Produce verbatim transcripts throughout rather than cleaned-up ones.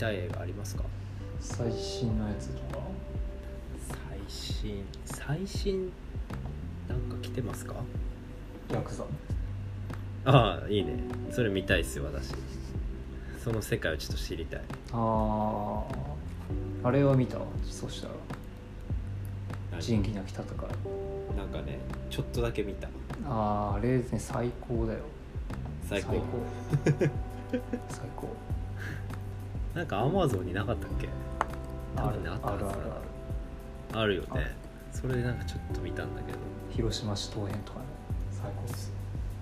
たい映画ありますか？ 最新のやつとか。 最新最新なんか来てますか？ ヤクザ。 ああいいね、それ見たいっすよ私。その世界をちょっと知りたい。 あああれは見た。そしたら何仁義なき戦い。 なんかねちょっとだけ見た。 あああれね最高だよ。 最高。 最高最高。 なんかアマゾンになかったっけ？多ある分ねあったはずだあるあるある。 あるよねある。 それでなんかちょっと見たんだけど、 広島市東編とかね最高ですよ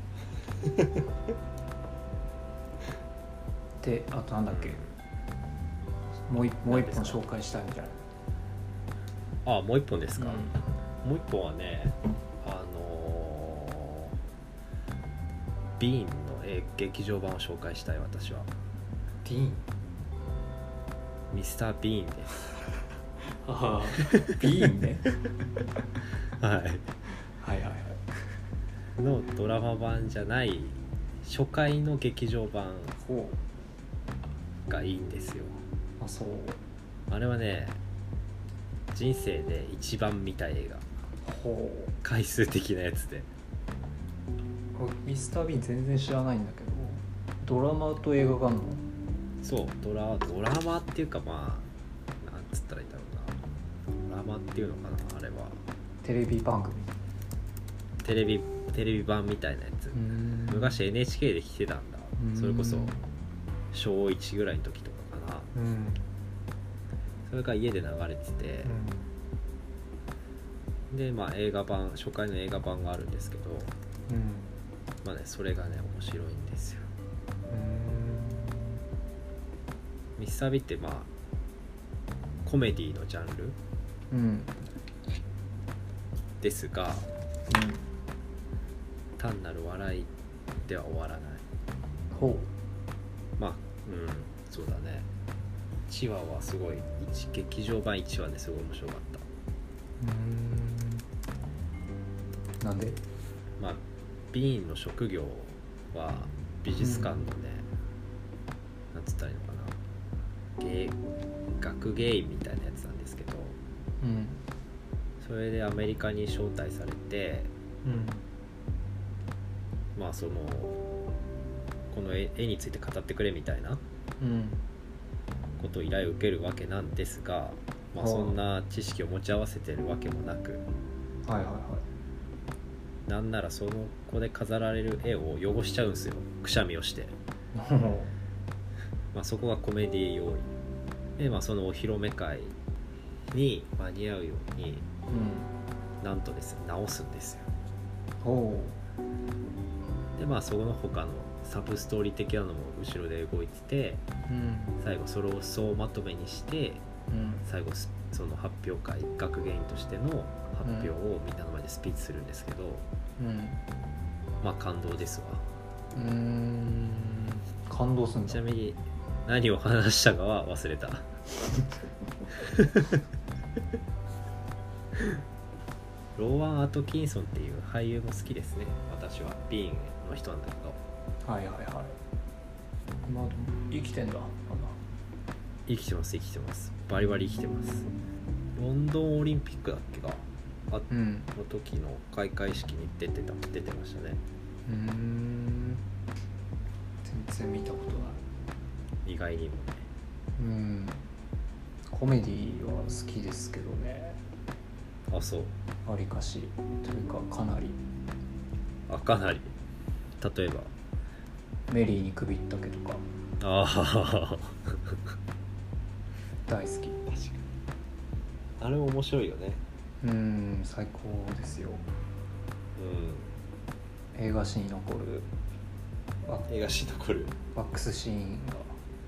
であとなんだっけ、もう一もう一本紹介したいみたいな。 ああもう一本ですか、 うんもう一本はねあのー、ビーンのえ劇場版を紹介したい。私はディーン。 ミスター・ビーンですああビーンねはいはいはいはいのドラマ版じゃない初回の劇場版ほがいいんですよ。 う。あそう。 あれはね人生で一番見た映画、 ほう。 回数的なやつで。 ミスター・ビーン全然知らないんだけど、ドラマと映画があるの？ そうドラドラマっていうかまあなんつったらいいんだろうな、ドラマっていうのかな、あれはテレビ番組。 テレビテレビ版みたいなやつ。昔 エヌエイチケー で来てたんだ。それこそしょういちぐらいの時とかかな。 うんそれが家で流れてて、 うんでまあ映画版、初回の映画版があるんですけど、 うんまあねそれがね面白いんですよ。ミスター・ビってまあコメディのジャンルうんうんですが、単なる笑いでは終わらない。 ほまあうんそうだね。いちわはすごい、劇場版いちわですごい面白かった。 う。なんで？ まあビーンの職業は美術館のね、うん、なんつったらいいのかな、芸学芸員みたいなやつなんですけど、 うんそれでアメリカに招待されて、 うんまあそのこの 絵, 絵について語ってくれみたいなうんことを依頼を受けるわけなんですが、まあ、そんな知識を持ち合わせてるわけもなく、 はいはいはい。 なんならその子で飾られる絵を汚しちゃうんですよ、くしゃみをして。まあそこがコメディ要因で、まあ、そのお披露目会に間に合うように、 うん、 なんとですね直すんですよ。 ほでまあそこの他のサブストーリー的なのも後ろで動いてて、 う、うん、 最後それを総まとめにして、 うん、 最後その発表会、学芸員としての発表をみんなの前でスピーチするんですけど、 うん、 まあ感動ですわ。 うーん、感動するんだ。 ちなみに何を話したかは忘れた。ローワン・アトキンソンっていう俳優も好きですね、私は。ビーンの人なんだけど。 はいはいはい。まあ生きてんだ。まだ生きてます生きてます、バリバリ生きてます。ロンドンオリンピックだっけがあ、 うん、 の時の開会式に出てた出てましたね。 うーん、全然見たことない。 意外にもね。 うん、コメディは好きですけどね。 あ、そう。 わりかしというかかなり。 あ、かなり。例えばメリーに首ったけとかああ大好き。 確かにあれも面白いよね。 うん、最高ですよ。 うん、 映画史に残るワ映画史に残るワックスシーンが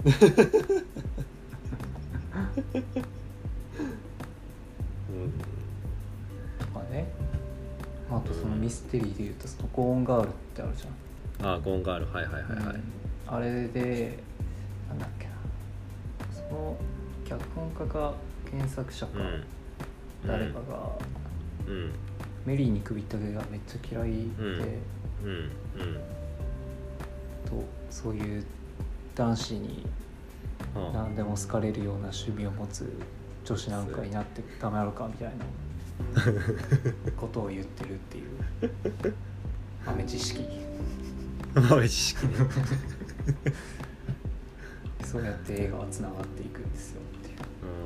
うんとかね。あとそのミステリーでいうとそのゴーンガールってあるじゃん。 ああ、ゴーンガール、はいはいはいはい、 うん、あれでなんだっけな、その脚本家か原作者か誰かが、 うんうんメリーに首ったけがめっちゃ嫌いで、 うんうんうんとそういう男子にうん何でも好かれるような趣味を持つ女子なんかになってダメなのかみたいなことを言ってるっていう豆知識豆知識ねそうやって映画はつながっていくんですよっていう。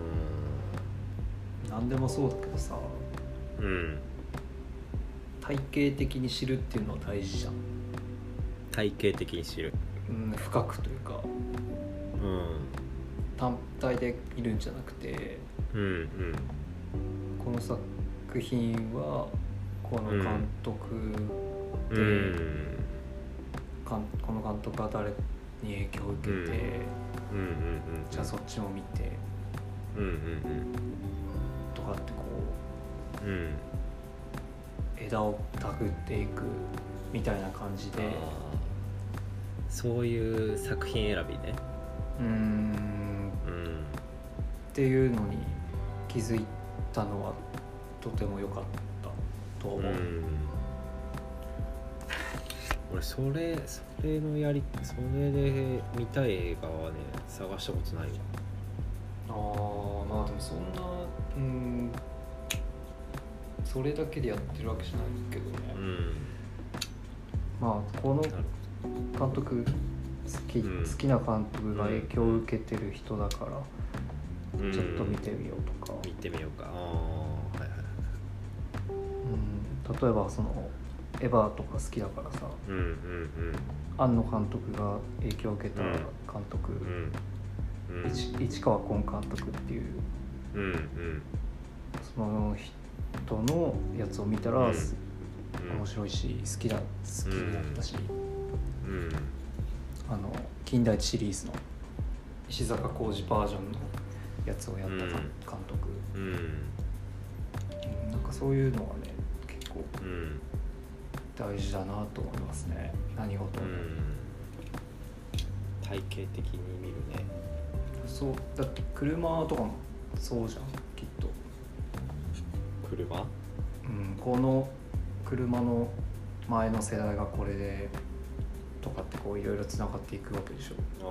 う何でもそうだけどさ、 ーんうん体系的に知るっていうのは大事じゃん。 体系的に知る。 うん、深くというかうん単体でいるんじゃなくて、 うんうんこの作品はこの監督で、 うんかんこの監督は誰に影響を受けて、 うんうんうんうんじゃあそっちも見てうんうんとかってこうんうんう枝をたぐっていくみたいな感じで、 あーそういう作品選びね。 うーんうんっていうのに気づいたのはとても良かったと思う。 うん俺それそれのやりそれで見たい映画はね探したことないわ。 あーまあでもそんなうんそれだけでやってるわけじゃないけどね、 うんまあこのなる監督好き、 うん好きな監督が影響を受けてる人だから、 ほど。 ちょっと見てみようとか、 見てみようか。ああはいはい。 うん、例えばそのエヴァとか好きだからさ、 うんうん庵野監督が影響を受けた監督、 うんうんうん市市川崑監督っていううんうんその人のやつを見たら、 うん面白いし好きだ好きになったし、 うんあの金田一シリーズの石坂浩二バージョンのやつをやった監督、 うんうん、なんかそういうのはね結構うん大事だなと思いますね、何事も、 うん体系的に見るね。 そうだって車とかもそうじゃんきっと、 車うん、この車の前の世代がこれでとかってこういろいろつながっていくわけでしょ。 ああ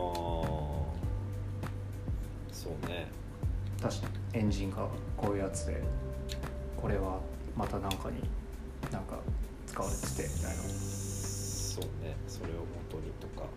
そうね。 確かエンジンがこういうやつでこれはまた何かになんか使われててみたいな。 そうねそれを元にとか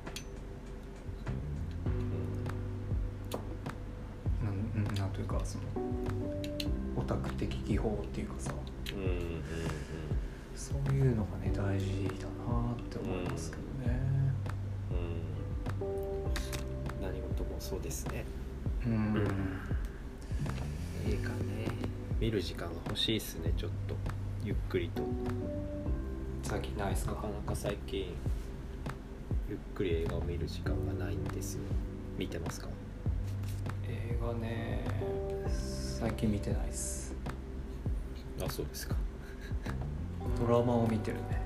うん、うん、なんというかそのオタク的技法っていうかさ、 うんうんうんそういうのがね大事だなって思いますけどね。 うんうん何事もそうですね。 うん、うんうん映画ね見る時間が欲しいっすね。ちょっとゆっくりと。 最近ないですか？ なかなか最近ゆっくり映画を見る時間がないんですよ。見てますか？ 映画ね最近見てないっす。 あそうですか。 ドラマを見てるね。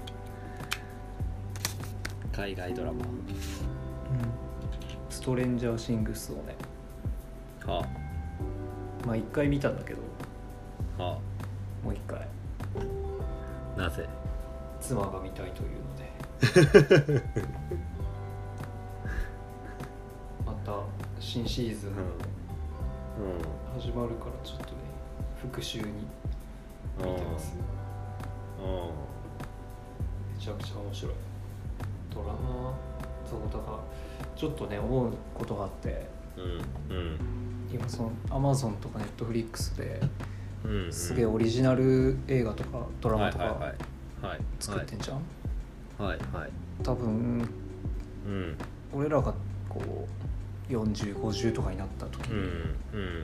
海外ドラマ。 ストレンジャーシングスをね、 はまあ一回見たんだけどあはもう一回あなぜ？ 妻が見たいというのでまた新シーズンうん始まるからちょっとね復習に見てます。 うめちゃくちゃ面白いドラマ。そうだからちょっとね思うことがあって、 んうんうん今その Amazon とか Netflix でうんうんすげえオリジナル映画とかドラマとかはいはいはいはい作ってんじゃん、 はいはい多分うん俺らがこうよんじゅう、ごじゅうとかになった時に、 うんうん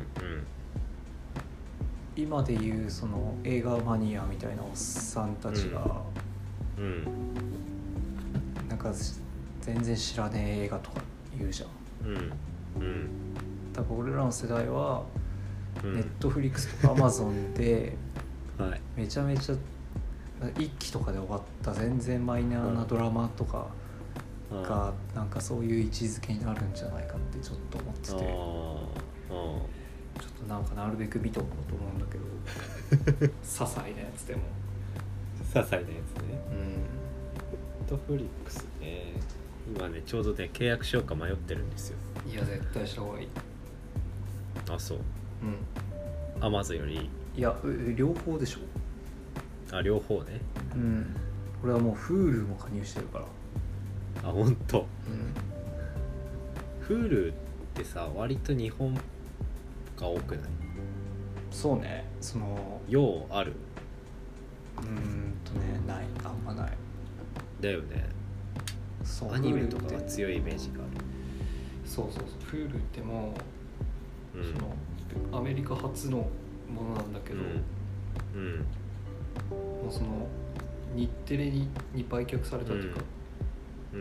今でいうその映画マニアみたいなおっさんたちが、 うんうんなんか全然知らねえ映画とか言うじゃん。 うんうん多分俺らの世代はうんネットフリックスとかアマゾンではいめちゃめちゃ一期とかで終わった全然マイナーなドラマとかがなんかそういう位置づけになるんじゃないかってちょっと思ってて、 あーあちょっとなんかなるべく見とこうと思うんだけど些細なやつでも、 ー些細なやつね。 うん、 ネットフリックスね。 今ねちょうどね契約しようか迷ってるんですよ。 いや絶対した方がいい。 あ、そう。 うん。 アマゾンより。 いや両方でしょ。 あ、両方ね。 うん。俺はもう Hulu も加入してるから。 あ、ほんと。 うん。 Hulu ってさ割と日本が多くない？ そうね。そのようある。 うーんとねないあんまない。 だよね。 そうアニメと Hulu ってかが強いイメージがある。 そうそうそう Hulu ってもう、 うん、 そのアメリカ発のものなんだけど、 うん、うん、 もうその日テレにに売却されたというか、 うん、うん、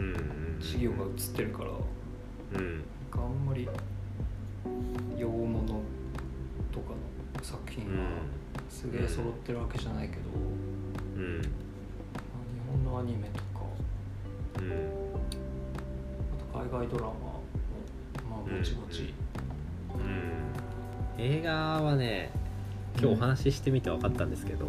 事業が移ってるから、 うん、 なんかあんまり洋物とかの作品がすげえ揃ってるわけじゃないけど、 うん、 まあ、日本のアニメとか、 うん、 あと海外ドラマもまあぼちぼち、 うん、映画はね今日お話ししてみて分かったんですけど、 うん、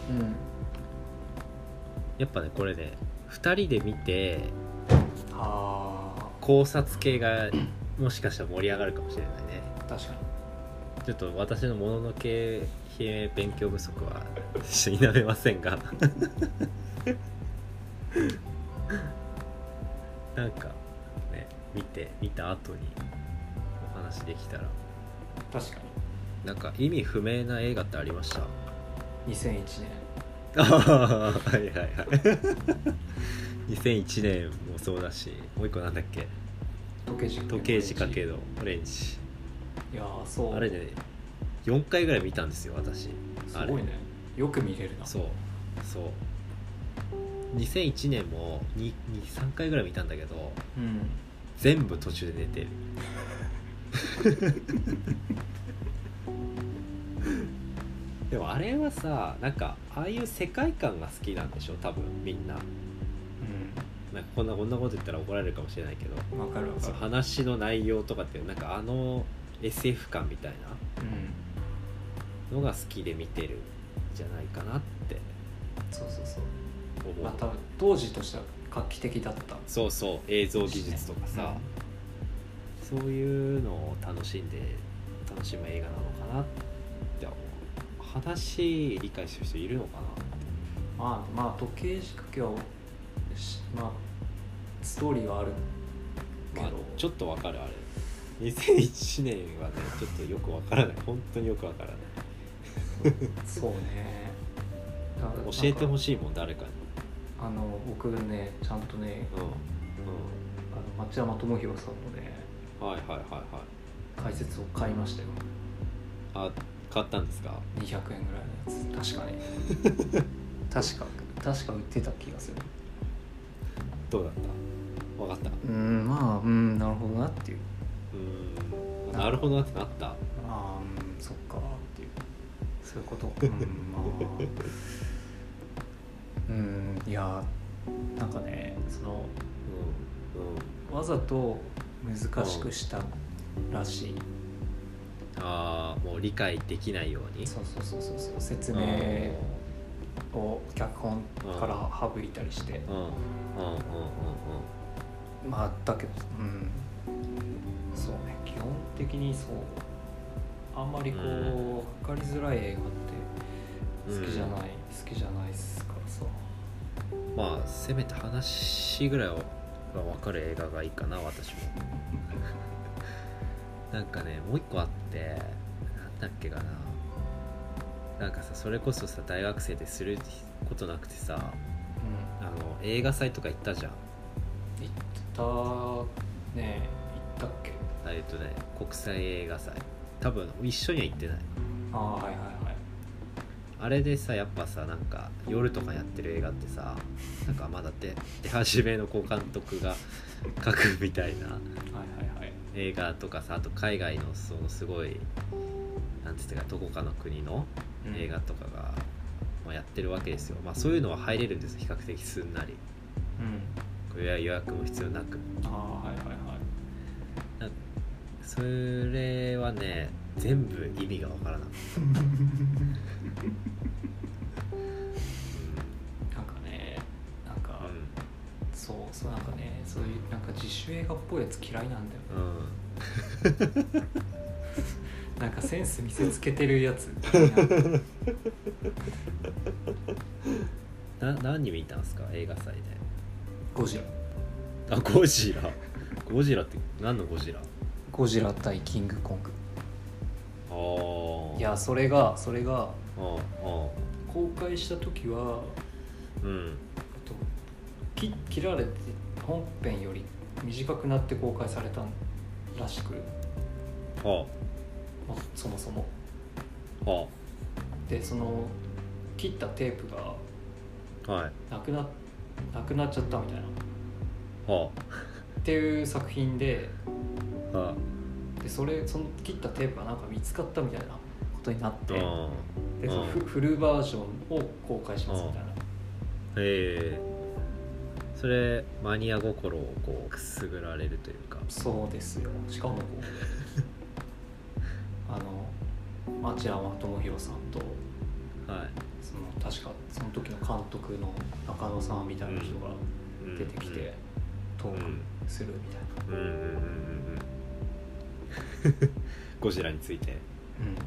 やっぱねこれねふたりで見てあ考察系がもしかしたら盛り上がるかもしれないね。 ー確かにちょっと私のもののけ姫勉強不足は否めませんがなんかね見て見た後にお話できたら。 確かになんか意味不明な映画ってありました？ にせんいちねんああはいはいはいにせんいちねんもそうだし、もう一個なんだっけ、 時計仕掛け時計仕掛けのオレンジ。 いやーそうあれねよんかいぐらい見たんですよ私。 すごいね。よく見れるな。 そうそうにせんいちねんもに、さんかいぐらい見たんだけどうん全部途中で寝てるでもあれはさなんかああいう世界観が好きなんでしょ多分みんな。なんかこんなこんなこと言ったら怒られるかもしれないけど、 うん分かる分かそるの話の内容とかってなんかあの エスエフ 感みたいうんなのが好きで見てるんじゃないかなってそうそうそう思う。 まあ多分当時としては画期的だった。 そうそう映像技術とかさ、そういうのを楽しんで楽しむ映画なのかなって思う。話理解する人いるのかな。 まあまあ時計仕掛けはまあストーリーはあるけど、 まあ、ちょっとわかるあれにせんいちねんはねちょっとよくわからない本当によくわからないそうね教えてほしいもん誰かに。 あの僕ねちゃんとね、 うんうんあの町山智博さんのねはいはいはいはい解説を買いましたよ。 あ買ったんですか？ にひゃくえんぐらいのやつ確かに確か確か売ってた気がする。 どうだった分かった？ うんまあうんなるほどなっていう。 うんなるほどなってなった。 ああうんそっかっていうそういうことうんまあうんいやなんかねその、 うんうん、 わざと難しくしたらしい。 ああもう理解できないように。 そうそうそうそうそう説明を脚本から省いたりしてうんうんうんうんうんまあだけどうんそうね基本的にそうあんまりこう、うん、分かりづらい映画って好きじゃない、うん、好きじゃないっすからさ。 まあせめて話ぐらいは分かる映画がいいかな私もなんかねもう一個あってなんだっけかな、なんかさそれこそさ大学生ですることなくてさ、うん、あの映画祭とか行ったじゃん。 行ったね行ったっけ。 えっとね国際映画祭多分一緒には行ってない。 ああはいはいはい。 あれでさやっぱさなんか夜とかやってる映画ってさなんかまだ出出始めのこう監督が書くみたいな映画とかさ、あと海外のそのすごいなんて言ったかどこかの国の映画とかが、まあ、やってるわけですよ。まあそういうのは入れるんです比較的すんなり、うん、これは予約も必要なく。 ああはいはいはい。 なそれはね全部意味がわからなかったなんかねなんか、うん、そうそうなんかねそういうなんかか自主映画っぽいやつ嫌いなんだよ、 うんなんかセンス見せつけてるやつな何見たんすか映画祭で。 ゴジラ。 あゴジラゴジラって何のゴジラ。 ゴジラ対キングコング。 ああいやそれがそれがああ公開した時はうんと切切られて本編より短くなって公開されたらしく、 はまあそもそもあはでその切ったテープがあはいなくななくなっちゃったみたいなはっていう作品で、 あはでそれその切ったテープがなんか見つかったみたいなことになって、 あでそのフフルバージョンを公開しますみたいな。 へえそれマニア心をこうくすぐられるというか。 そうですよ。しかもこうあの町山智博さんとはいその確かその時の監督の中野さんみたいな人が出てきてトークするみたいな、 うんうんうんうんうんゴジラについてうん、 うん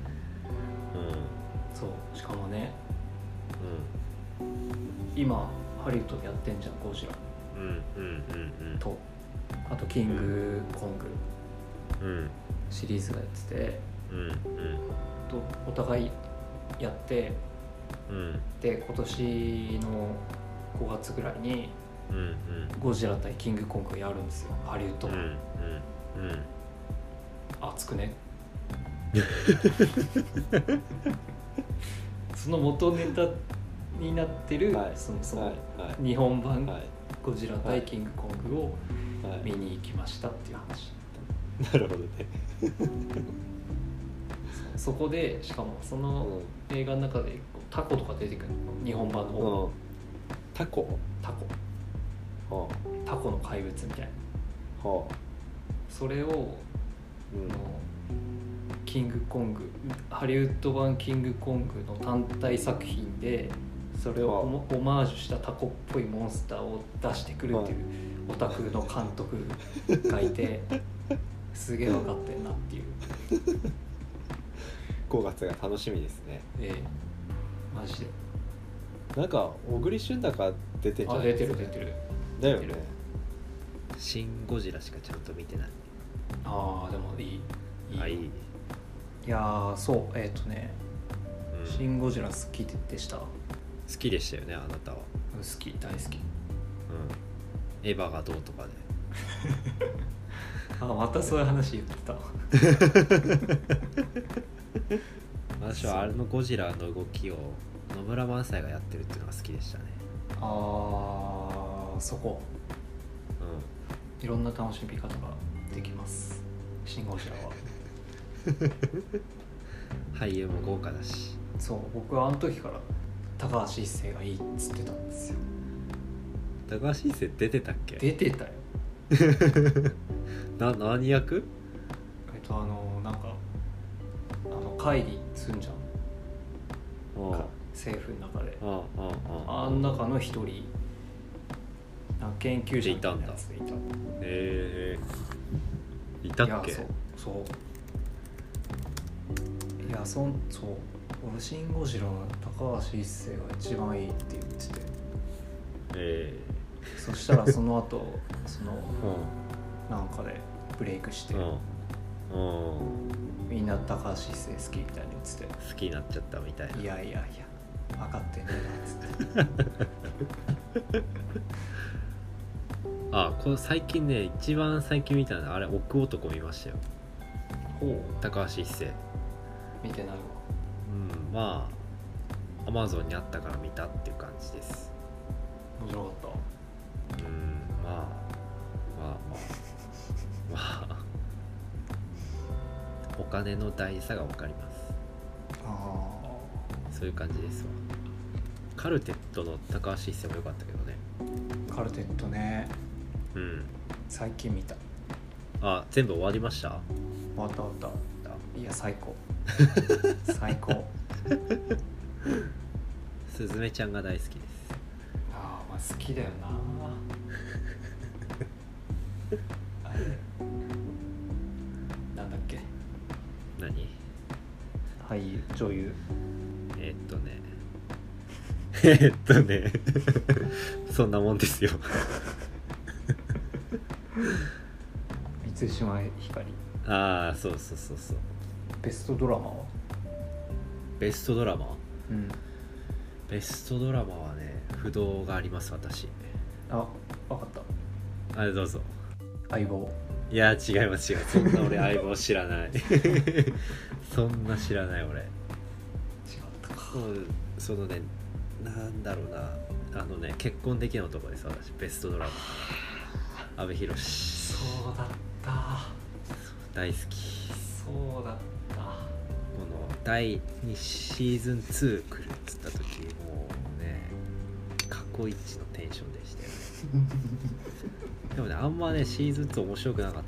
そうしかもねう今ハリウッドでやってんじゃんゴジラんうんうんうんとあとキングコングうんシリーズがやっててうんうんとお互いやってうんで今年のごがつぐらいにうんうんゴジラ対キングコングやるんですよハリウッドうんうん版、 うん熱くねその元ネタになってる、 はいそのそのはいはい日本版はいゴジラ対キングコングをはい見に行きましたっていう話。 なるほどねそそこでしかもその映画の中でこうタコとか出てくるの日本版の方、 うんタコタコはタコの怪物みたいなあはあそれを、 うんのキングコングハリウッド版キングコングの単体作品でそれをオマオマージュしたタコっぽいモンスターを出してくるっていうオタクの監督がいてすげえ分かってんなっていうごがつが楽しみですね。 ええマジでなんか小栗旬だか出てるじゃあ出ないですか。 てる出てるだよね出てる。 シン・ゴジラしかちゃんと見てない。 ああでもいいいいあいい、 いやーそうえっ、ー、とねうん、 シン・ゴジラ好きでした。好好きでしたよねあなたは。 き大好き。 うんエヴァがどうとかであまたそういう話言ってた私はあれのゴジラの動きを野村萬斎がやってるっていうのが好きでしたね。 あーそこういろんな楽しみ方ができますシン・ゴジラは。 ん俳優も豪華だし。 そう僕はあの時から高橋一生がいいっつってたんですよ。 高橋一生出てたっけ。 出てたよ。 な何役。 えっとあのなんかあの会議すんじゃんうんか政府の中でああああん中の一人なんか研究者みたいなやつでいた。 へえいたっけ。 いやそうそういやそんそう俺シン・ゴジラの高橋一生が一番いいって言っててえそしたらその後そのえなんかでブレイクしてうんうんうんみんな高橋一生好きみたいに言って好きになっちゃったみたいな。 ていやいやいや分かってねえなっつってあこれ最近ね一番最近見たのはあれ奥男見ましたよ。 ほう高橋一生。 見てないわ。 うんまあアマゾンにあったから見たっていう感じです。 面白かった。 うんまあまあまあまあお金の大差が分かります。 あそういう感じですわ。カルテットの高橋一生も良かったけどね。 ーカルテットねうん最近見た。 あ全部終わりました。 終わった終わったいや最高最高すずめちゃんが大好きです。 ああまあ好きだよななんだっけ、 何俳優女優えー、っとねえーっとねそんなもんですよ満島ひかり。 ああそうそうそうそう。 ベストドラマは？ ベストドラマ、 うん、 ベストドラマはね不動があります私。 あ、分かった。 あれどうぞ。 相棒。 いや違います違う、そんな俺相棒知らないそんな知らない俺。違ったか。 そのね、なんだろうな、あのね結婚できない男です私。ベストドラマ阿部寛。 そうだった、 大好き。 そうだった。 このだいにシーズンツー来るっつった時もうね過去一のテンションでしたよねでもねあんまねシーズンツー面白くなかった。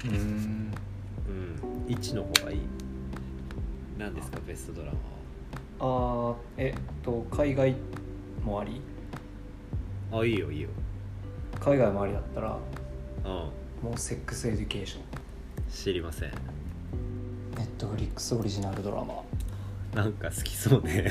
うーん、 うん、いちの方がいい。何ですかベストドラマは。 あー、えっと海外もあり？ あ、いいよいいよ。 海外もありだったらうん、 もうセックスエデュケーション。 知りません。 ネットフリックスオリジナルドラマ。 なんか好きそうね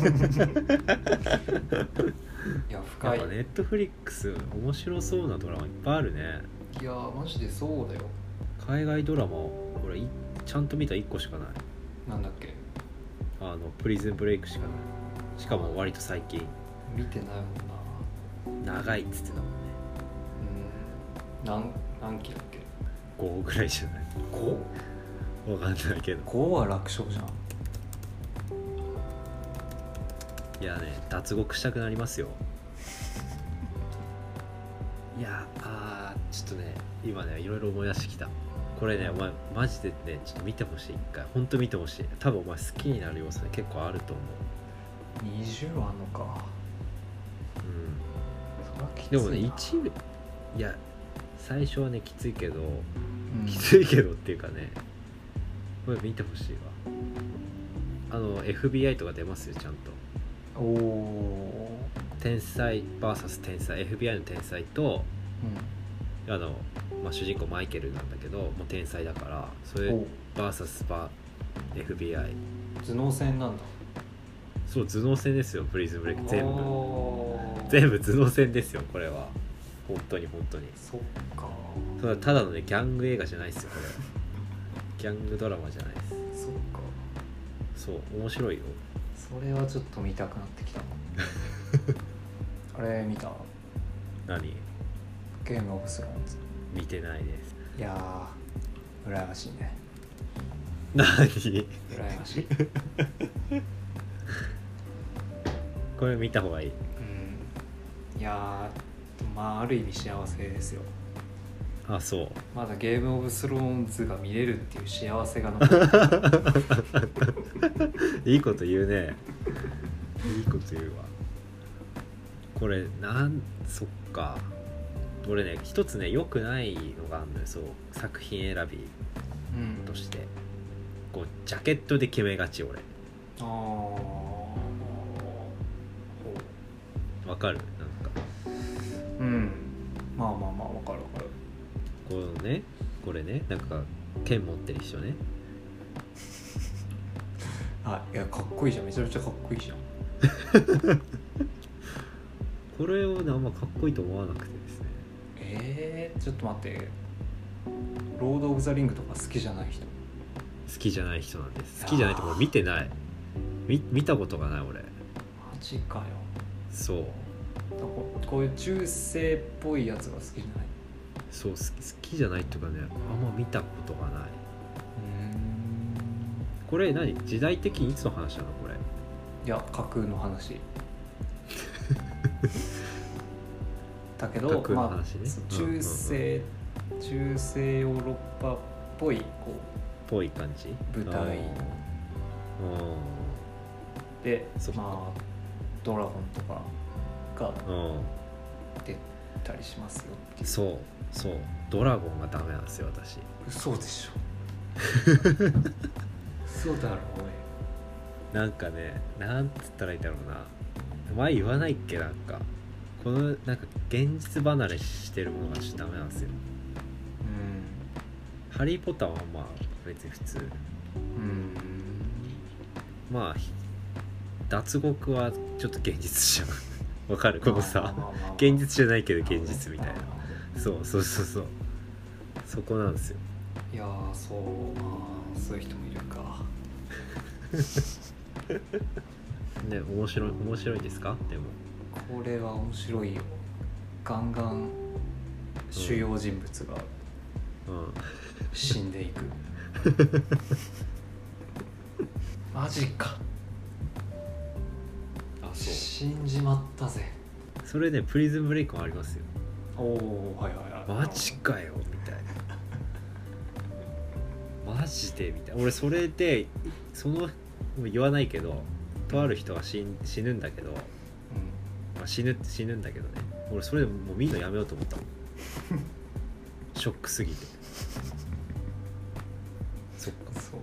いや深い。 やっぱネットフリックス面白そうなドラマいっぱいあるね。 いやマジでそうだよ。 海外ドラマ俺いちゃんと見たいっこしかない。 なんだっけ、 あのプリズンブレイクしかない。しかも割と最近。 見てないもんな。 長いっつってたもんね。 うん、何何期だっけ？ ごぐらいじゃない？ ご？ わかんないけど。 ごは楽勝じゃん。 いやね脱獄したくなりますよ。いやあーちょっとね今ねいろいろ思い出してきた。これねお前マジでねちょっと見てほしい。一回ほんと見てほしい。多分お前好きになる要素ね結構あると思う。 にじゅうあんのか。 うんそらきついな。 でもね一部いや最初はねきついけど、 うん、 きついけどっていうかねこれ見てほしいわ。あの エフビーアイ とか出ますよちゃんと。 おお。 天才 ブイエス 天才 エフビーアイ の天才と、うん、あの、まあ、主人公マイケルなんだけどもう天才だからそれ ブイエス バ エフビーアイ頭脳戦なんだ。 そう頭脳戦ですよ。プリズンブレイク全部全部頭脳戦ですよこれは。本当に本当に。 そっか。 ただただのねギャング映画じゃないですよこれギャングドラマじゃないです。 そっか。 そう面白いよ。 それはちょっと見たくなってきたあれ見た？ 何？ ゲームオブスローンズ。 見てないです。 いやー羨ましいね。 何？ 羨ましいこれ見た方がいい。 うん。いやーまあある意味幸せですよ。 あ、そう。 まだゲームオブスローンズが見れるっていう幸せが残っていいこと言うね。いいこと言うわ。これなんそっか。俺ね一つね良くないのがあるのよ。そう作品選びとして、うん、こうジャケットで決めがち俺。 ああ。 わかる？なんか。 うん。まあまあまあわかるわかる。 このねこれねなんか剣持ってる人ね。 あ、いやかっこいいじゃん。めちゃめちゃかっこいいじゃんこれをねあんまかっこいいと思わなくてですね。 えー、ちょっと待って。ロード・オブ・ザ・リングとか好きじゃない人？ 好きじゃない人なんです。好きじゃないところ見てない。見見たことがない俺。マジかよ。 そうここういう中世っぽいやつが好きじゃない？ そう好き、好きじゃないっていうかねあんま見たことがない。うーんこれ何時代的にいつの話なのこれ？ いや架空の話だけど架空の話ね、 まあ、中世、うんうんうん、中世ヨーロッパっぽいこうぽい感じ舞台でまあドラゴンとかが出たりしますよっていう。 そうそうドラゴンがダメなんですよ私。 嘘でしょ嘘だろおい。 なんかねなんつったらいいんだろうな前言わないっけなんかこのなんか現実離れしてるものがちょっとダメなんですよ。 うんハリーポッターはまあ別に普通。 うんまあ脱獄はちょっと現実じゃん。わかるこのさ、現実じゃないけど現実みたいな。そうそうそうそう。そこなんですよ。 いやーそうまあそういう人もいるか。 ね、面白い面白いですか？でもこれは面白いよ。ガンガン主要人物が死んでいく、うん、マジか。あ、そう死んじまったぜ。 それでプリズンブレイクもありますよ。 おおはいはいはい。 マジかよみたいな。マジでみたいな。俺それでその言わないけどとある人が 死, 死ぬんだけど、うんまあ、死ぬ死ぬんだけどね。俺それでもう見るのやめようと思ったもん。ショックすぎて。そっか。そう。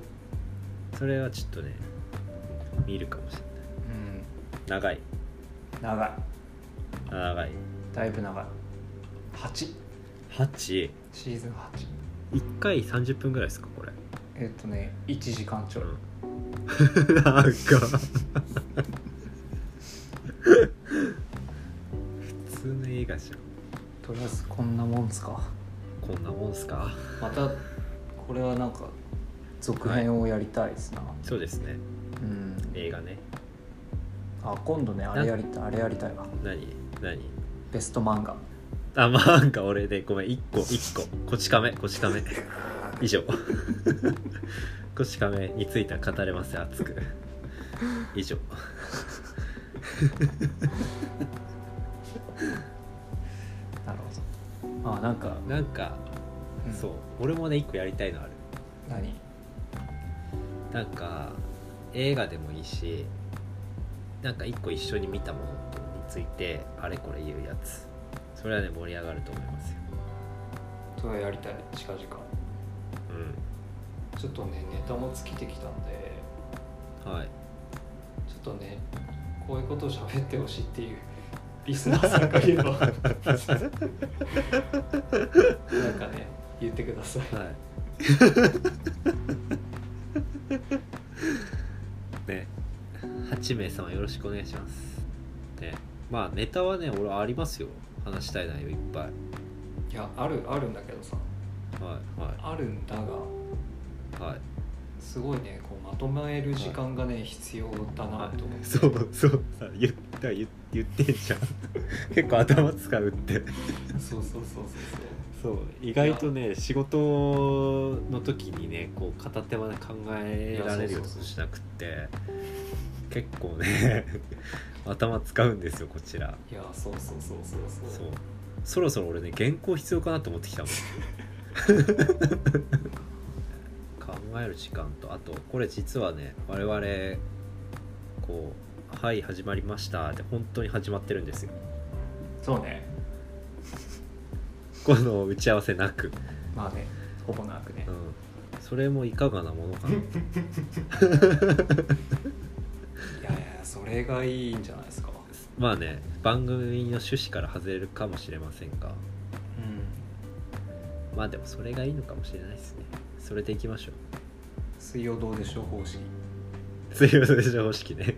それはちょっとね見るかもしれない。うん。長い。 長い。 長い。だいぶ長い。はち。 はち。 シーズンはち。 いっかいさんじゅっぷんぐらいですかこれ。 えっとねいちじかんちょい。 うん、なんか普通の映画じゃん。 とりあえずこんなもんすか。 こんなもんすか。 またこれはなんか続編をやりたいですな、はい、 そうですね、うん、映画ね。 あ今度ねあれやりたいあれやりたいわ。 何何ベスト漫画。 あ漫画俺でごめんいっこいっここち亀こち亀以上こち亀については語れますよ熱く以上なるほど。あなんかなんか、うん、そう俺もねいっこやりたいのある。 何なんか映画でもいいしなんかいっこ一緒に見たものについてあれこれ言うやつ。それはね盛り上がると思いますよ。 それはやりたい近々。うんちょっとねネタも尽きてきたんではいちょっとねこういうことを喋ってほしいっていうリスナーさんがいればなんかね言ってください。はいねはちめい様よろしくお願いしますね。まあネタはね俺ありますよ。話したい内容いっぱい。 いやあるあるんだけどさ、 はいはい、 あるんだが、 はい、 すごいねこうまとめる時間がね、はい、必要だなと思って、 そうそうさ言った言言ってんじゃん結構頭使うってそうそうそうそうそう意外とね仕事の時にねこう片手間で考えられるようにしなくって結構ね頭使うんですよこちら。 いやそうそうそうそうそうそうそろそろ俺ね原稿必要かなと思ってきたもん考える時間とあとこれ実はね我々こうはい始まりましたって本当に始まってるんですよ。 そうねこの打ち合わせなくまあねほぼなくね、 うん、それもいかがなものかないやいやそれがいいんじゃないですか。 まあね番組の趣旨から外れるかもしれませんが、うん、まあでもそれがいいのかもしれないですね。それでいきましょう。 水曜どうでしょう方式。 水曜どうでしょう方式ね、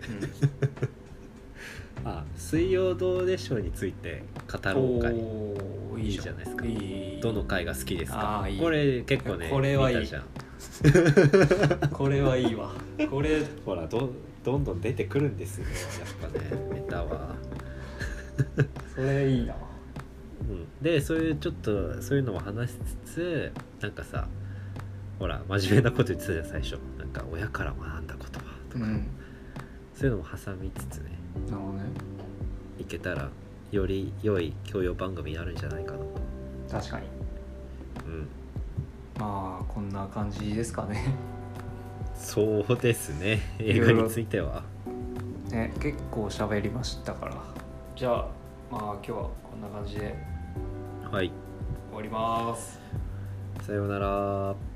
うん、あ水曜どうでしょうについて語ろうかいいいじゃないですか。いいどの回が好きですか。あいいこれ結構ねこれはいい見たじゃんこれはいいわ。これほら ど, どんどん出てくるんですよやっぱねネタはそれいいな、 うん、でそういうちょっとそういうのも話しつつなんかさほら真面目なこと言ってたじゃん最初。なんか親から学んだ言葉とか、うん、そういうのも挟みつつねなるほどねいけたらより良い教養番組になるんじゃないかなと。 確かに。 うんまあこんな感じですかね。 そうですね映画についてはね結構喋りましたから。じゃあまあ今日はこんな感じではい終わります。 さようなら。